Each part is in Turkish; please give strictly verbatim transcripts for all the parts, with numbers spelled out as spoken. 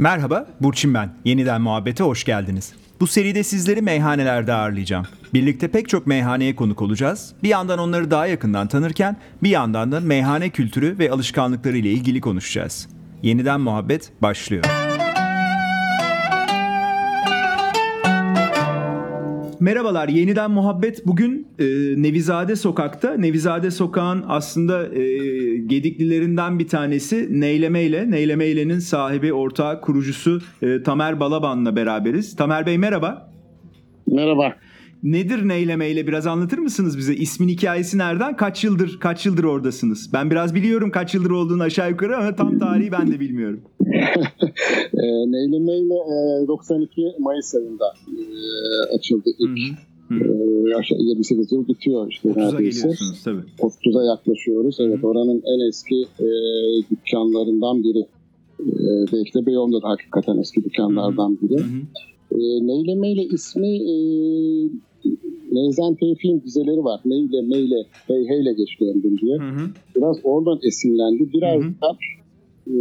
Merhaba, Burçin ben. Yeniden Muhabbete hoş geldiniz. Bu seride sizleri meyhanelerde ağırlayacağım. Birlikte pek çok meyhaneye konuk olacağız. Bir yandan onları daha yakından tanırken bir yandan da meyhane kültürü ve alışkanlıkları ile ilgili konuşacağız. Yeniden Muhabbet başlıyor. Merhabalar, Yeniden Muhabbet bugün e, Nevizade Sokak'ta. Nevizade Sokak'ın aslında e, gediklilerinden bir tanesi Neylemeyle. Neylemeyle'nin sahibi, ortağı, kurucusu e, Tamer Balaban'la beraberiz. Tamer Bey merhaba. Merhaba. Nedir Neylemeyle, biraz anlatır mısınız bize? İsmin hikayesi nereden? Kaç yıldır kaç yıldır oradasınız? Ben biraz biliyorum kaç yıldır olduğunu aşağı yukarı ama tam tarihi ben de bilmiyorum. e, Neylemeyle e, doksan iki Mayıs ayında e, açıldı ilk. Hı hı. E, yirmi sekiz yıl bitiyor işte otuza neredeyse. Geliyorsunuz tabii. otuza yaklaşıyoruz. Evet, hı hı. Oranın en eski e, dükkanlarından biri. E, belki de Beyoğlu'nda da hakikaten eski dükkanlardan biri. Hı hı. E, Neylemeyle ismi e, Neyzen Tevfik'in dizeleri var. Neyle, meyle, hey heyle geçiyor diye. Hı hı. Biraz oradan esinlendi. Biraz hı hı. da e,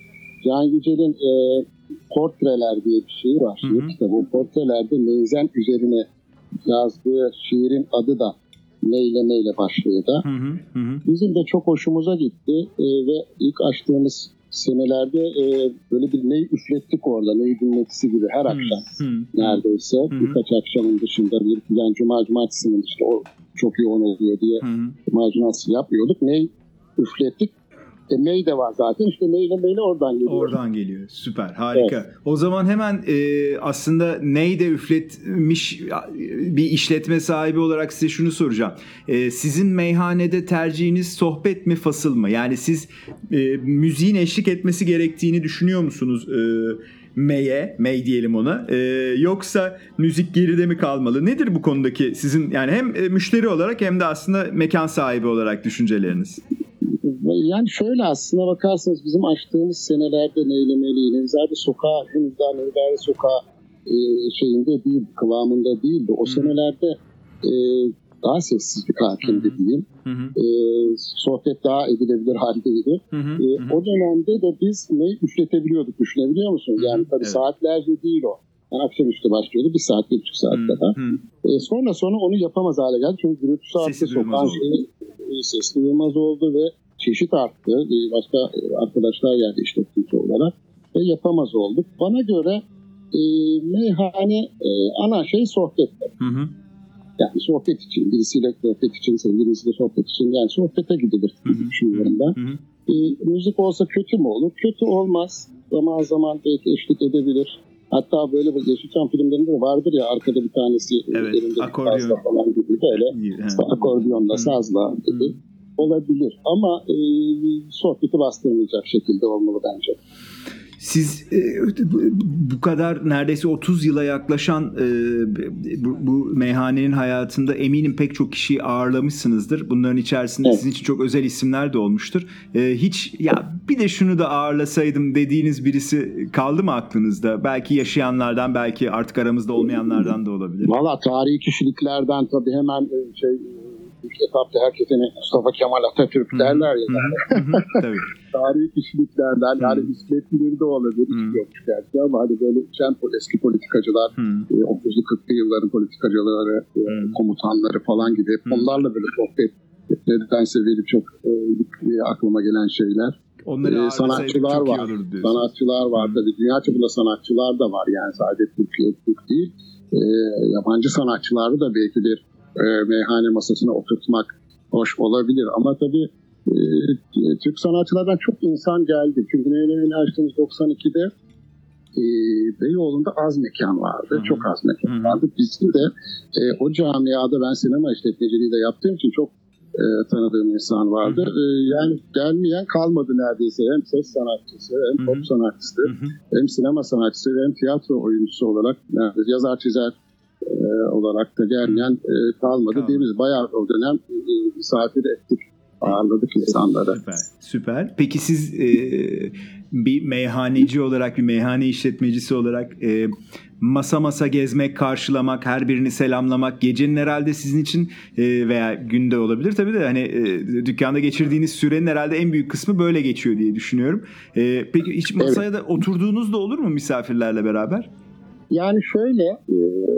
Can Yücel'in e, Portreler diye bir şiir var. Şiir kitabı. O portrelerde Neyzen üzerine yazdığı şiirin adı da Neyle Neyle başlıyor da. Hı hı hı. Bizim de çok hoşumuza gitti e, ve ilk açtığımız senelerde e, böyle bir ney üflettik orada. Ney dinletisi gibi her akşam hı hı. neredeyse. Hı hı. Birkaç akşamın dışında bir yani Cuma Cumartesi'nin işte o çok yoğun oluyor diye Cuma Cumartesi yapıyorduk. Ney üflettik. E, Ney de var zaten. İşte Neyle Meyle oradan geliyor. Oradan geliyor. Süper. Harika. Evet. O zaman hemen e, aslında Ney de üfletmiş bir işletme sahibi olarak size şunu soracağım. E, sizin meyhanede tercihiniz sohbet mi, fasıl mı? Yani siz e, müziğin eşlik etmesi gerektiğini düşünüyor musunuz? E, Mey'e, Mey diyelim ona. E, yoksa müzik geride mi kalmalı? Nedir bu konudaki sizin yani hem e, müşteri olarak hem de aslında mekan sahibi olarak düşünceleriniz? Yani şöyle aslına bakarsanız bizim açtığımız senelerde Neylemeli, Nevizade Sokağı, henüz daha Nevizade Sokağı e, şeyinde değil, kıvamında değildi. O hmm. senelerde e, daha sessizlik hakimdi hmm. diyeyim. Hmm. E, sohbet daha edilebilir haldeydi. Hmm. E, hmm. O dönemde de biz neyi üfletebiliyorduk, düşünebiliyor musunuz? Yani hmm. tabii evet. saatlerce değil o. Yani akşamüstü başlıyordu, bir saat, bir buçuk saat kadar. Hmm. E, sonra sonra onu yapamaz hale geldi. Çünkü gürültüsü arttı, sokağın şeyi e, sesli duyulmaz oldu ve çeşit arttı. Başka arkadaşlar geldi işletmeci olarak ve yapamaz olduk. Bana göre e, meyhane e, ana şey sohbet. Hı hı. Yani sohbet için, birisiyle sohbet için, sevgilisiyle sohbet için yani sohbete gidilir düşünüyorum ben. Hı hı. E, müzik olsa kötü mü olur? Kötü olmaz. Zaman zaman belki eşlik edebilir. Hatta böyle bir Yeşilçam filmlerinde de vardır ya arkada bir tanesi evet, elinde akordeon. sazla falan gibi böyle yani. Akordiyonla, sazla gibi. Hı. Olabilir ama e, sohbeti bastırmayacak şekilde olmalı bence. Siz e, bu kadar neredeyse otuz yıla yaklaşan e, bu, bu meyhanenin hayatında eminim pek çok kişiyi ağırlamışsınızdır. Bunların içerisinde evet. sizin için çok özel isimler de olmuştur. E, hiç ya bir de şunu da ağırlasaydım dediğiniz birisi kaldı mı aklınızda? Belki yaşayanlardan, belki artık aramızda olmayanlardan da olabilir. Valla tarihi kişiliklerden tabii hemen şey ilk etapta herkese Mustafa Kemal Atatürk derler ya. Yani. Tarihi kişiliklerden yani bisikletlileri de olabilir. Hiç yokmuş gerçi ama hani böyle eski politikacılar, e, otuzlu kırklı yılların politikacıları, e, komutanları falan gibi hep onlarla böyle sohbet nedense verip çok e, aklıma gelen şeyler. Onları e, sanatçılar var. Sanatçılar var tabii. Dünya çapında sanatçılar da var yani sadece Türkiye Türk değil. E, yabancı sanatçıları da belki bir E, meyhane masasına oturtmak hoş olabilir ama tabii e, Türk sanatçılardan çok insan geldi. Çünkü Neylemeyle açtığımız doksan ikide e, Beyoğlu'nda az mekan vardı. Hı-hı. Çok az mekan Hı-hı. vardı. Bizim de e, o camiada ben sinema işletmeciliği de yaptığım için çok e, tanıdığım insan vardı. E, yani gelmeyen kalmadı neredeyse. Hem ses sanatçısı, hem Hı-hı. pop sanatçısı, Hı-hı. hem sinema sanatçısı, hem tiyatro oyuncusu olarak yani yazar çizer E, olarak da gelmeyen e, kalmadı. Değil mi? Bayağı o dönem e, misafir ettik. ağırladık insanları. Süper, süper. Peki siz e, bir meyhaneci olarak, bir meyhane işletmecisi olarak e, masa masa gezmek, karşılamak, her birini selamlamak, gecenin herhalde sizin için e, veya günde olabilir tabii de hani e, dükkanda geçirdiğiniz sürenin herhalde en büyük kısmı böyle geçiyor diye düşünüyorum. E, peki hiç masaya evet. da oturduğunuz da olur mu misafirlerle beraber? Yani şöyle e,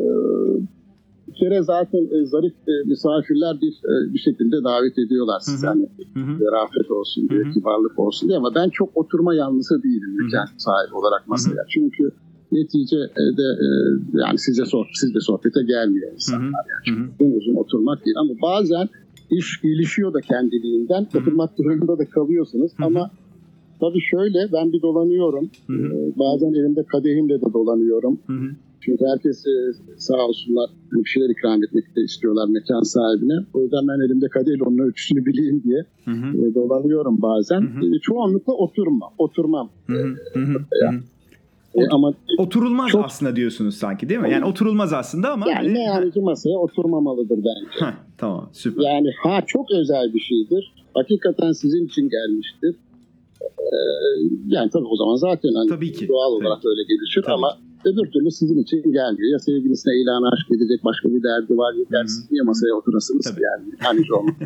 bir kere zaten e, zarif e, misafirler bir e, bir şekilde davet ediyorlar size. Hani zarafet olsun diye, hı hı. kibarlık olsun diye, ama ben çok oturma yanlısı değilim mekan sahibi olarak masaya. Hı hı. Çünkü neticede e, yani size sohbet, siz de sohbete gelmiyor insanlar. Yani. Hı hı. Uzun uzun oturmak değil, ama bazen iş gelişiyor da kendiliğinden, hı hı. oturmak durumunda da kalıyorsunuz. Hı hı. Ama tabii şöyle, ben bir dolanıyorum. Hı hı. Ee, bazen elimde kadehimle de dolanıyorum. Hı hı. Çünkü herkes e, sağ olsunlar bir şeyler ikram etmek de istiyorlar mekan sahibine. O yüzden ben elimde kadehle onun ölçüsünü bileyim diye hı hı. E, dolanıyorum bazen. Hı hı. E, çoğunlukla oturma, oturmam. Hı hı. E, hı hı. E, ama oturulmaz çok, aslında diyorsunuz sanki, değil mi? Yani oturulmaz aslında ama... Yani meyhaneci masaya oturmamalıdır bence. Heh, tamam, süper. Yani ha çok özel bir şeydir. Hakikaten sizin için gelmiştir. Ee, yani tabii o zaman zaten hani tabii ki, doğal olarak tabii. öyle gelişir, tabii ama ki. Öbür türlü sizin için gelmiyor. Ya sevgilisine ilanı aşk edecek başka bir derdi var. Ya hmm. siz niye masaya oturasınız tabii. yani. Hani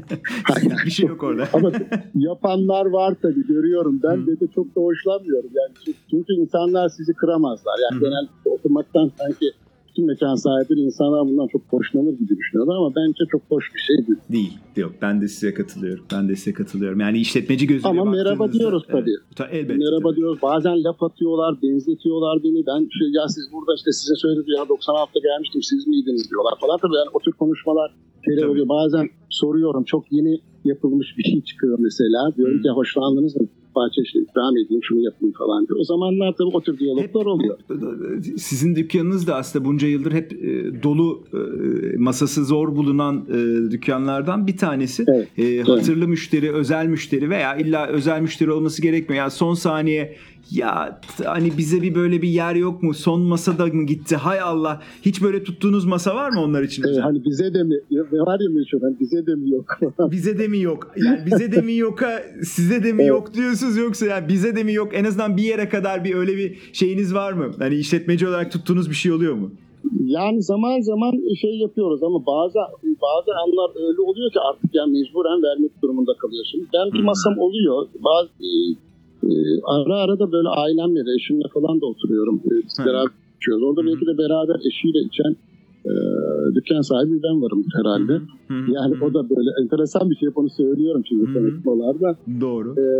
yani, bir şey yok orada. Ama yapanlar var tabii, görüyorum. Ben hmm. de, de çok da hoşlanmıyorum. Yani çünkü insanlar sizi kıramazlar. Yani hmm. genelde oturmaktan sanki bütün mekan sahipleri insanlar bundan çok hoşlanır gibi düşünüyorlar, ama bence çok hoş bir şey değil. Değil. Yok. Ben de size katılıyorum. Ben de size katılıyorum. Yani işletmeci gözüyle ama merhaba diyoruz tabii. Evet, elbette. Merhaba tabii. diyoruz. Bazen laf atıyorlar, benzetiyorlar beni. Ben şey, ya siz burada işte size söyledim ya doksan altıda gelmiştim, siz miydiniz diyorlar falan. Tabii yani o tür konuşmalar şeyler oluyor. Bazen soruyorum, çok yeni yapılmış bir şey çıkıyor mesela. Diyorum hmm. ki hoşlandınız mı? Parça işte ikram edeyim, şunu yapayım falan diyor. O zamanlar tabii o tür diyaloglar hep, oluyor. Sizin dükkanınız da aslında bunca yıldır hep e, dolu, e, masası zor bulunan e, dükkanlardan bir tanesi. Evet, e, hatırlı evet. müşteri, özel müşteri veya illa özel müşteri olması gerekmiyor. Yani son saniye ya hani bize bir böyle bir yer yok mu? Son masada mı gitti? Hay Allah. Hiç böyle tuttuğunuz masa var mı onlar için? Evet, hani bize de mi? Var ya meşhur, hani bize de mi yok? Bize de mi yok? Yani bize de mi yoka size de mi evet. yok diyorsunuz, yoksa yani bize de mi yok? En azından bir yere kadar bir öyle bir şeyiniz var mı? Hani işletmeci olarak tuttuğunuz bir şey oluyor mu? Yani zaman zaman şey yapıyoruz, ama bazı bazı anlar öyle oluyor ki artık yani mecburen vermek durumunda kalıyorsunuz. Ben bir masam oluyor. Bazı e, ara ara da böyle ailemle de, eşimle falan da oturuyorum. Biz beraber içiyoruz. Orada belki de beraber eşiyle içen e, dükkan sahibi ben varım herhalde. Hı hı. Yani hı hı. o da böyle enteresan bir şey, onu söylüyorum şimdi tanıtmalarda. Doğru. E,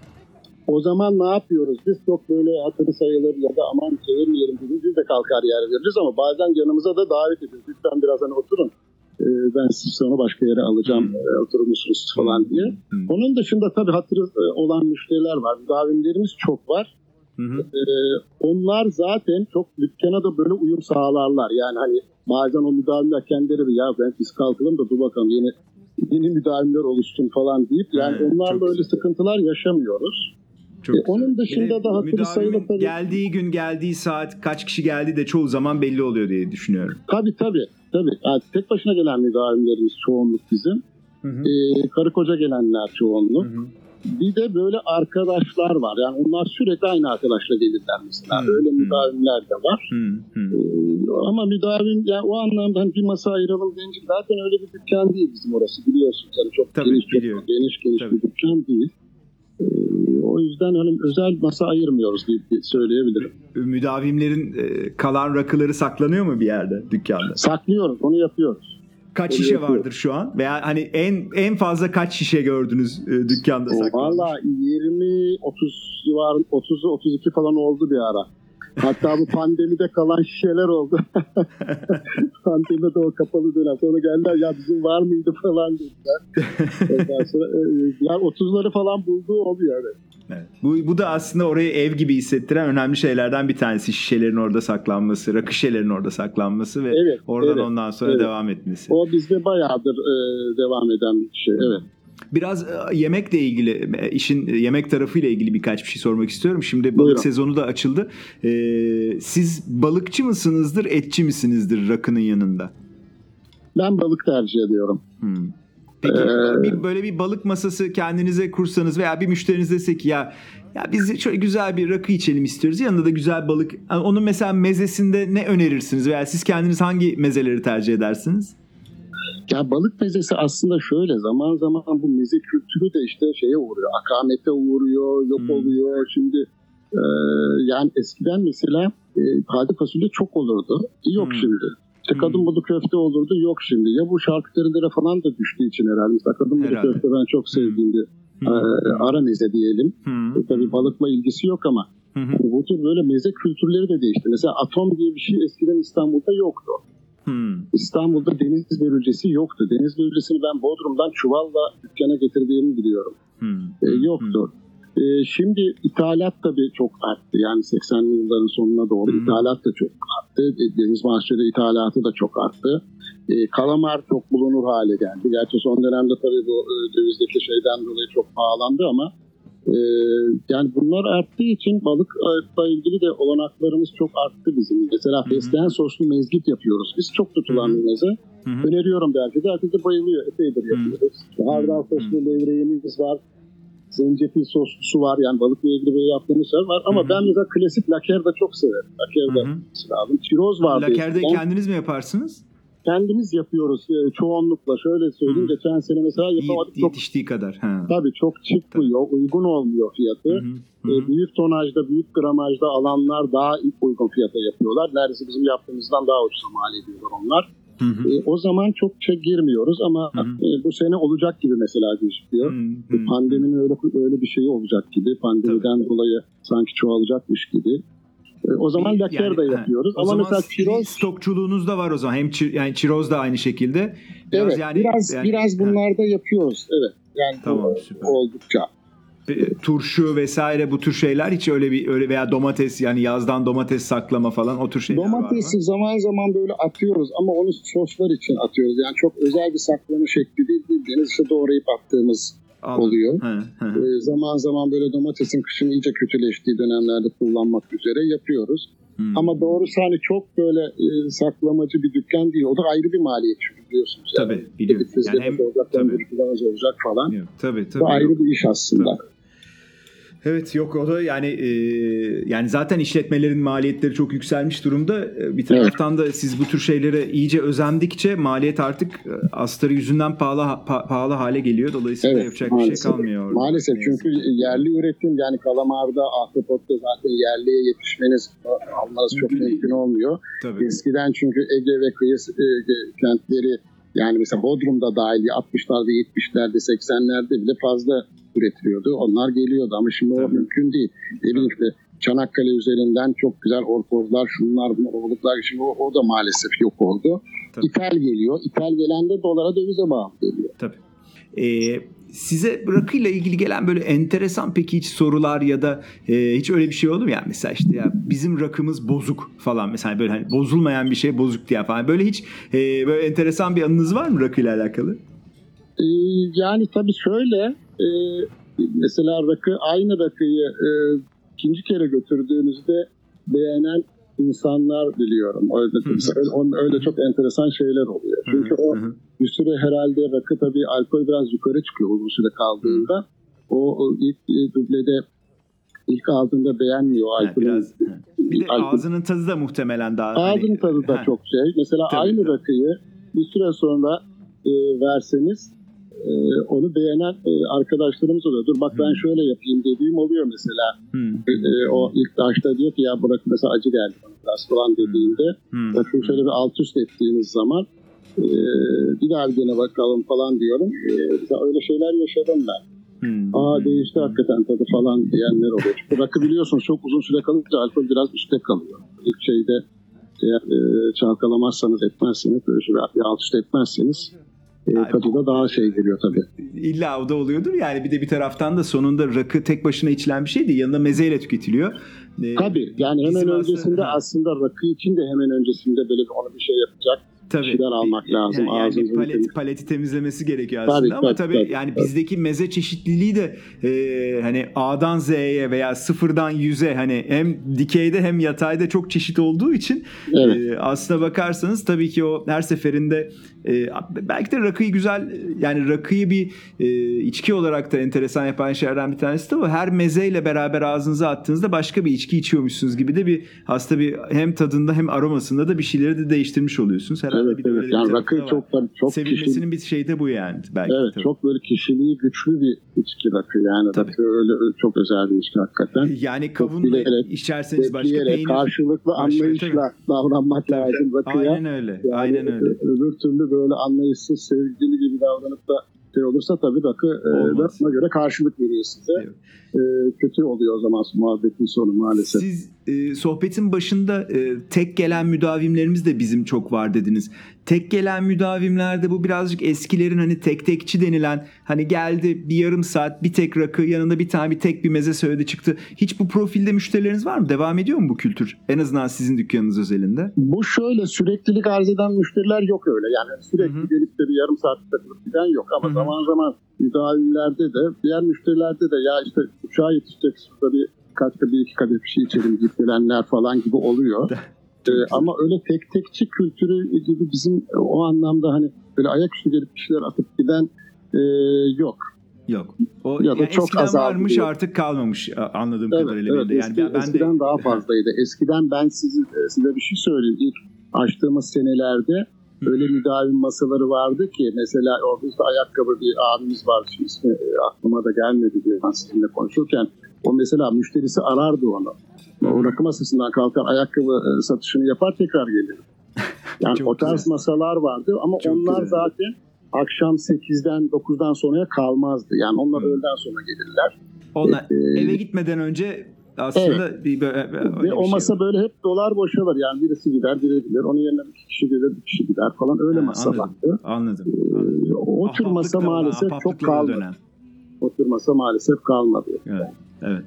o zaman ne yapıyoruz? Biz çok böyle hatırı sayılır ya da aman çevirmeyelim gibi biz de kalkar yer veririz, ama bazen yanımıza da davet ediyoruz. Lütfen biraz hani oturun. E, ben sizi sonra başka yere alacağım. Hmm. E, oturur musunuz falan diye. Hmm. Onun dışında tabii hatırı olan müşteriler var. Müdavimlerimiz çok var. Hmm. E, onlar zaten çok dükkana da böyle uyum sağlarlar. Yani hani bazen o müdavimler kendileri ya ben biz kalkalım da dur bakalım yeni yeni müdavimler oluşsun falan deyip yani hmm. onlarla öyle güzel. Sıkıntılar yaşamıyoruz. Çok e, onun dışında da hatırı sayılır tabii. Geldiği gün, geldiği saat, kaç kişi geldi de çoğu zaman belli oluyor diye düşünüyorum. Tabii tabii. tabii. Yani tek başına gelen müdavimlerimiz çoğunluk bizim. Hı hı. E, karı koca gelenler çoğunluk. Hı hı. Bir de böyle arkadaşlar var. Yani onlar sürekli aynı arkadaşla gelirler mesela. Hı, öyle hı. müdavimler de var. Hı, hı. Ee, ama müdavim yani o anlamda hani bir masa ayıralım deyince zaten öyle bir dükkan değil bizim orası, biliyorsunuz. Yani çok Tabii, geniş, çok geniş geniş Tabii. bir dükkan değil. Ee, o yüzden hani özel masa ayırmıyoruz diye söyleyebilirim. Müdavimlerin e, kalan rakıları saklanıyor mu bir yerde dükkanda? Saklıyoruz, onu yapıyoruz. Kaç şişe yapıyor. vardır şu an? Veya hani en en fazla kaç şişe gördünüz e, dükkanda saklanmış? Valla yirmi otuz civarı, otuz otuz iki falan oldu bir ara. Hatta bu pandemide kalan şişeler oldu. Pandemide o kapalı dönem. Sonra geldiler ya bizim var mıydı falan dediler. Ondan sonra yani otuzları falan bulduğu oluyor. Evet. Evet. Bu, bu da aslında orayı ev gibi hissettiren önemli şeylerden bir tanesi. Şişelerin orada saklanması, rakı şişelerin orada saklanması ve evet, oradan evet, ondan sonra evet. devam etmesi. O bizde bayağıdır e, devam eden bir şey. Evet. Biraz yemekle ilgili, işin yemek tarafıyla ilgili birkaç bir şey sormak istiyorum. Şimdi balık Buyurun. sezonu da açıldı. Ee, siz balıkçı mısınızdır, etçi misinizdir rakının yanında? Ben balık tercih ediyorum. Hmm. Peki Ee, bir, böyle bir balık masası kendinize kursanız veya bir müşteriniz dese ki ya ya biz şöyle güzel bir rakı içelim istiyoruz. Yanında da güzel balık. Yani onun mesela mezesinde ne önerirsiniz veya siz kendiniz hangi mezeleri tercih edersiniz? Ya balık mezesi aslında şöyle, zaman zaman bu meze kültürü de işte şeye uğruyor. Akamete uğruyor, yok Hmm. oluyor. Şimdi e, yani eskiden mesela e, taze fasulye çok olurdu. Yok Hmm. şimdi. İşte kadın Hmm. budu köfte olurdu. Yok şimdi. Ya bu şarküterilere falan da düştüğü için herhalde. Mesela kadın budu Herhalde. köfte ben çok sevdiğim bir Hmm. e, ara meze diyelim. Hmm. E, tabii balıkla ilgisi yok ama Hı hı. yani bu tür böyle meze kültürleri de değişti. Mesela atom diye bir şey eskiden İstanbul'da yoktu. Hmm. İstanbul'da deniz börülcesi yoktu. Deniz börülcesini ben Bodrum'dan çuvalla dükkana getirdiğimi biliyorum. Hmm. E, yoktu. E, şimdi ithalat tabii çok arttı. Yani seksenli yılların sonuna doğru Hmm. ithalat da çok arttı. E, deniz mahsulü ithalatı da çok arttı. E, kalamar çok bulunur hale geldi. Gerçi son dönemde tabii bu e, dövizdeki şeyden dolayı çok pahalandı ama e, yani bunlar arttığı için balıkla ilgili de olanaklarımız çok arttı bizim. Mesela Hı hı. fesleğen soslu mezgit yapıyoruz. Biz çok tutulan Hı hı. bir meze. Hı hı. Öneriyorum belki de. Herkes de bayılıyor. Epeydir yapıyoruz. Hardal Hı. soslu levreğimiz var. Zencefil soslusu var. Yani balıkla ilgili böyle yaptığımız şey var. Ama Hı hı. ben mesela klasik laker de çok severim. Laker de Hı hı. lazım. Çiroz vardı. Lakerdeyi eskiden. kendiniz mi yaparsınız? Kendimiz yapıyoruz e, çoğunlukla. Şöyle söyleyeyim. Hı. Geçen sene mesela Yet- yapamadık. Çok, Yetiştiği kadar. Ha. tabii çok çıkmıyor. Uygun olmuyor fiyatı. Hı hı. Hı E, hı. büyük tonajda, büyük gramajda alanlar daha uygun fiyata yapıyorlar. Neredeyse bizim yaptığımızdan daha ucuza mal ediyorlar onlar. Hı hı. E, o zaman çok şey girmiyoruz ama Hı hı. e, bu sene olacak gibi mesela gözüküyor. Hı E, hı. Pandeminin öyle öyle bir şeyi olacak gibi. Pandemiden dolayı sanki çoğalacakmış gibi. E, o zaman laker Yani, de ha, yapıyoruz. o Ama zaman mesela sizin çiroz, stokçuluğunuz da var o zaman. Hem çi- yani çiroz da aynı şekilde. Biraz evet, yani, biraz yani- biraz ha, bunlarda yapıyoruz. Evet. Yani Tamam, bu, süper. oldukça. e, turşu vesaire bu tür şeyler hiç öyle bir öyle veya domates yani yazdan domates saklama falan o tür şeyler var mı? Domatesi zaman zaman böyle atıyoruz ama onu soslar için atıyoruz. Yani çok özel bir saklama şekli değil. Bildiğiniz işte doğrayıp attığımız Anladım. oluyor. Hı, hı, hı. Ee, zaman zaman böyle domatesin kışın iyice kötüleştiği dönemlerde kullanmak üzere yapıyoruz. Hmm. Ama doğrusu hani çok böyle e, saklamacı bir dükkan değil. O da ayrı bir maliyet çünkü biliyorsunuz. Yani. Tabii biliyorum. Yani Yani hem olacak, tabii. hem olacak falan. Yok, tabii tabii. Bu ayrı yok. bir iş aslında. Tabii. Evet yok o da yani e, yani zaten işletmelerin maliyetleri çok yükselmiş durumda. E, Bir taraftan da siz bu tür şeylere iyice özendikçe maliyet artık e, astarı yüzünden pahalı pa- pahalı hale geliyor. Dolayısıyla Evet, yapacak maalesef. bir şey kalmıyor orada. Maalesef Ne çünkü yazık ki. yerli üretim yani kalamarda, ahtapotta zaten yerliye yetişmeniz, almanız çok Mümkün değil. mümkün olmuyor. Tabii. Eskiden çünkü Ege ve kıyı e, kentleri yani mesela Bodrum'da dahil altmışlarda, yetmişlerde, seksenlerde bile fazla üretiliyordu. Onlar geliyordu ama şimdi Tabii. o mümkün değil. Dediğim gibi Çanakkale üzerinden çok güzel orkozlar, şunlar, bunlar, oğluklar. Şimdi o, o da maalesef yok oldu. Tabii. İthal geliyor. İthal gelen de dolara dövize bağlı geliyor. Tabii. Ee, size rakıyla ilgili gelen böyle enteresan peki hiç sorular ya da e, hiç öyle bir şey oldu mu? Yani mesela işte ya bizim rakımız bozuk falan mesela böyle hani bozulmayan bir şey bozuk diye falan. Böyle hiç e, böyle enteresan bir anınız var mı rakıyla alakalı? Ee, yani tabii şöyle e, mesela rakı aynı rakıyı e, ikinci kere götürdüğünüzde beğenen insanlar biliyorum. Öyle, öyle, onun öyle çok enteresan şeyler oluyor. Çünkü o bir süre herhalde rakı tabii alkol biraz yukarı çıkıyor uzun süre kaldığında. O, o ilk, ilk dublede ilk aldığında beğenmiyor o Ha, alkolü. biraz. Bir de Alkol- ağzının tadı da muhtemelen daha. Ağzın hani, tadı da ha, çok şey. Mesela Tabii, aynı tabii. rakıyı bir süre sonra e, verseniz e, onu beğenen e, arkadaşlarımız oluyor. Dur bak ben Hmm. şöyle yapayım dediğim oluyor mesela. Hmm. E, e, o ilk başta diyor ki ya bırak mesela acı geldi bana biraz falan dediğinde Hmm. bakın şöyle bir alt üst ettiğiniz zaman e, bir daha bir dene bakalım falan diyorum. E, mesela öyle şeyler yaşadım ben. Hmm. Aa değişti hakikaten tadı falan diyenler oluyor. Çünkü rakı biliyorsunuz çok uzun süre kalınca alkol biraz üstte kalıyor. İlk şeyde eğer e, çalkalamazsanız etmezseniz böyle şey, bir alt üst etmezseniz e, Abi- tadı da daha şey geliyor tabii. İlla o da oluyordur yani bir de bir taraftan da sonunda rakı tek başına içilen bir şey değil yanında mezeyle tüketiliyor. Ee, Tabii yani hemen bizim öncesinde aslında- aslında rakı için de hemen öncesinde böyle ona bir şey yapacak Tabii. şeyler almak lazım. Yani, yani Ağzınızın palet, temiz- paleti temizlemesi gerekiyor Tabii, aslında ama tabii, tabii, tabii, yani tabii. bizdeki meze çeşitliliği de e, hani A'dan Z'ye veya sıfırdan yüze hani hem dikeyde hem yatayda çok çeşit olduğu için Evet. e, aslına bakarsanız tabii ki o her seferinde Ee, belki de rakıyı güzel, yani rakıyı bir e, içki olarak da enteresan yapan şeylerden bir tanesi de o. Her mezeyle beraber ağzınıza attığınızda başka bir içki içiyormuşsunuz gibi de bir aslında bir hem tadında hem aromasında da bir şeyleri de değiştirmiş oluyorsunuz. Herhalde evet, bir de evet. öyle bir Yani tarafı rakı da çok var. çok Sevilmesinin kişi... bir şeyi de bu yani belki. Evet, tabii. çok böyle kişiliği güçlü bir içki rakı yani. Tabii. Rakı öyle çok özel bir içki hakikaten. Yani kavunla içerseniz başka, peynir karşılıklı başka, anlayışla tabii. davranmak Tabii. lazım rakıya. Aynen öyle. Yani Aynen öyle. Öbür türlü böyle anlayışsız, sevgili gibi davranıp da şey olursa tabii rakı e, göre karşılık veriyor size. Evet. E, kötü oluyor o zaman muhabbetin sonu maalesef. Siz e, sohbetin başında e, tek gelen müdavimlerimiz de bizim çok var dediniz. Tek gelen müdavimlerde bu birazcık eskilerin hani tek tekçi denilen, hani geldi bir yarım saat bir tek rakı, yanında bir tane bir tek bir meze söyledi çıktı. Hiç bu profilde müşterileriniz var mı? Devam ediyor mu bu kültür? En azından sizin dükkanınız özelinde. Bu şöyle süreklilik arz eden müşteriler yok öyle. Yani sürekli Hı-hı. gelip de bir yarım saat takılıp giden yok. Ama Hı-hı. zaman zaman müdavimlerde de, diğer müşterilerde de ya işte uçağa yetişecek, şurada bir kaç bir iki kadeh bir şey içelim deyip gelenler falan gibi oluyor. Ee, ama öyle tek tekçi kültürü gibi bizim o anlamda hani böyle ayaküstü gelip bir şeyler atıp giden e, yok. Yok. O ya da yani çok eskiden varmış diyor. Artık kalmamış anladığım evet, kadarıyla. Evet, yani eski, ben, ben eskiden de... daha fazlaydı. Eskiden ben size, size bir şey söyleyeyim. İlk açtığımız senelerde öyle müdavim masaları vardı ki mesela orada işte ayakkabı bir abimiz var. Şimdi ismi aklıma da gelmedi diye ben sizinle konuşurken. O mesela müşterisi arardı onu. O rakı masasından kalkar ayakkabı satışını yapar tekrar gelir. Yani o tarz güzel. Masalar vardı ama Çok onlar güzel. Zaten akşam sekizden dokuzdan sonraya kalmazdı. Yani onlar hmm. öğleden sonra gelirler. Onlar ee, eve gitmeden önce aslında evet. bir, böyle, Ve bir o masa şey böyle hep dolar boşalır. Yani birisi gider, biri gider. Onun yerine bir kişi gelir, bir kişi gider falan. Öyle ha, masa anladım, vardı. Anladım. Ee, o tür masa maalesef çok kalmadı. Dönem. O tür masa maalesef kalmadı. Evet, evet.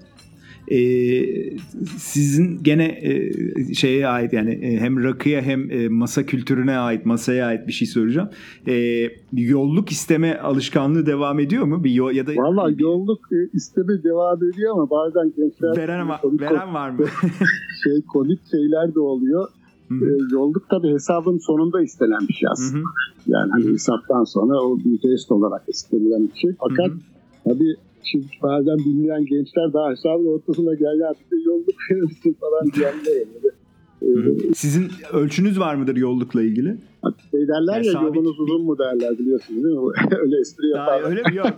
Ee, sizin gene e, şeye ait yani e, hem rakıya hem e, masa kültürüne ait, masaya ait bir şey soracağım. E, yolluk isteme alışkanlığı devam ediyor mu? Bir yo- ya da Vallahi yolluk e, isteme devam ediyor ama bazen gençler veren, var, komik, veren var mı? şey komik şeyler de oluyor. E, yolluk tabii hesabın sonunda istenen bir şey aslında. Hı-hı. Yani hani hesaptan sonra o bir jest olarak istenilen bir şey. Fakat Hı-hı. tabii şimdi bazen bilmeyen gençler daha hesabın ortasına gel ya bir de yolluk verir misin falan diyenler oluyor. Ee, Sizin ölçünüz var mıdır yollukla ilgili? Şey derler ya, ya yolunuz uzun mu derler, biliyorsunuz değil mi? Öyle espri yaparlar. Öyle mi? Yok.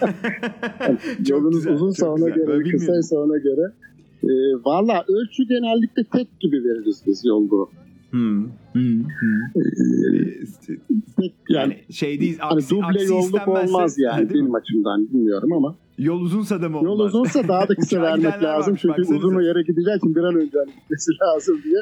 Yani yolunuz uzunsa ona göre, kısaysa ona göre. E, Valla ölçü genellikle tek gibi veririz biz yolluğu. Hmm. Hmm. Hmm. Ee, tek, yani, yani şey değil, hani aksi, duble aksi yolluk olmaz yani benim açımdan, bilmiyorum ama. Yol uzunsa da mı olmaz? Yol uzunsa daha da kısa vermek lazım varmış, çünkü baksanıza. Uzun yere gideceği için bir an önce hani gitmesi lazım diye.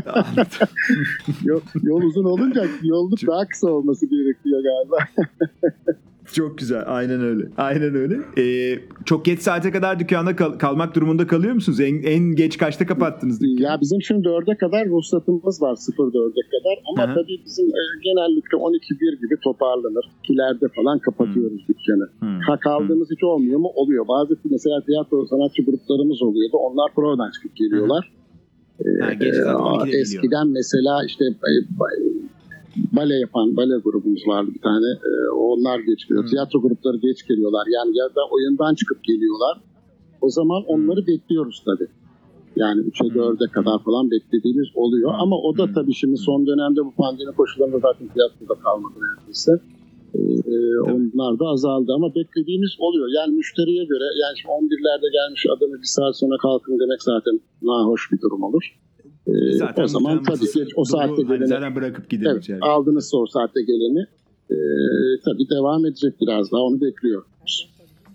yol, yol uzun olunca yolluk Çok... daha kısa olması gerekiyor galiba. Çok güzel. Aynen öyle. Aynen öyle. Ee, çok geç saate kadar dükkanda kal- kalmak durumunda kalıyor musunuz? En, en geç kaçta kapattınız dükkanı? Ya bizim şimdi dörde kadar ruhsatımız var. sıfır dörde kadar. Ama Hı-hı. tabii bizim e, genellikle on iki bir gibi toparlanır. İkilerde falan kapatıyoruz Hı-hı. dükkanı. Hı-hı. Ha kaldığımız Hı-hı. hiç olmuyor mu? Oluyor. Bazı mesela tiyatro sanatçı gruplarımız oluyordu. Onlar provadan çıkıp geliyorlar. Ha, gece zaten ee, eskiden mesela işte bale yapan bale grubumuz vardı bir tane. Ee, onlar geç geliyor. Hmm. Tiyatro grupları geç geliyorlar. Yani ya da oyundan çıkıp geliyorlar. O zaman onları hmm. bekliyoruz tabii. Yani üçe dörde hmm. kadar falan beklediğimiz oluyor. Hmm. Ama o da tabii şimdi son dönemde bu pandemi koşullarında zaten tiyatroda kalmadı neredeyse. Ee, onlar da azaldı ama beklediğimiz oluyor. Yani müşteriye göre, yani on birlerde gelmiş adamı bir saat sonra kalkın demek zaten nahoş bir durum olur. Zaten o zaman tabii geç, o saatte geleni hani zaten bırakıp gidelim. Evet, yani. Aldınızsa o saatte geleni e, tabii devam edecek biraz daha, onu bekliyoruz.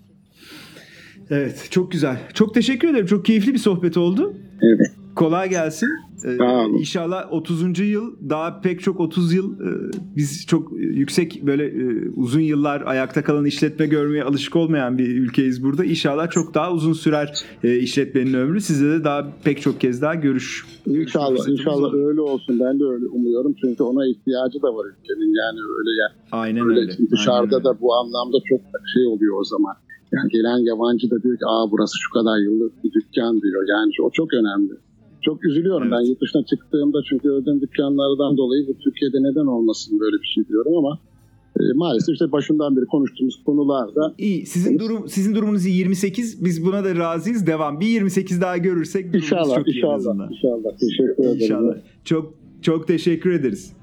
Evet, çok güzel. Çok teşekkür ederim. Çok keyifli bir sohbet oldu. Evet. Kolay gelsin. Ee, İnşallah otuzuncu yıl, daha pek çok otuz yıl e, biz çok yüksek böyle e, uzun yıllar ayakta kalan işletme görmeye alışık olmayan bir ülkeyiz burada. İnşallah çok daha uzun sürer e, işletmenin ömrü. Size de daha pek çok kez daha görüş. İnşallah, inşallah öyle olsun. Ben de öyle umuyorum. Çünkü ona ihtiyacı da var ülkenin. Yani öyle yani. Aynen öyle. öyle. Dışarıda Aynen da öyle. Bu anlamda çok şey oluyor o zaman. Yani gelen yabancı da diyor ki aa burası şu kadar yıllık bir dükkan diyor. Yani o çok önemli. Çok üzülüyorum Evet. ben yurt dışına çıktığımda, çünkü gördüğüm dükkanlardan dolayı bu Türkiye'de neden olmasın böyle bir şey diyorum ama e, maalesef işte başından beri konuştuğumuz konularda. İyi. Sizin durum sizin durumunuz yirmi sekiz. Biz buna da razıyız. Devam. Bir yirmi sekiz daha görürsek durumumuz İnşallah, çok iyi en inşallah, azından. inşallah. Teşekkür ederim. İnşallah. Çok çok teşekkür ederiz.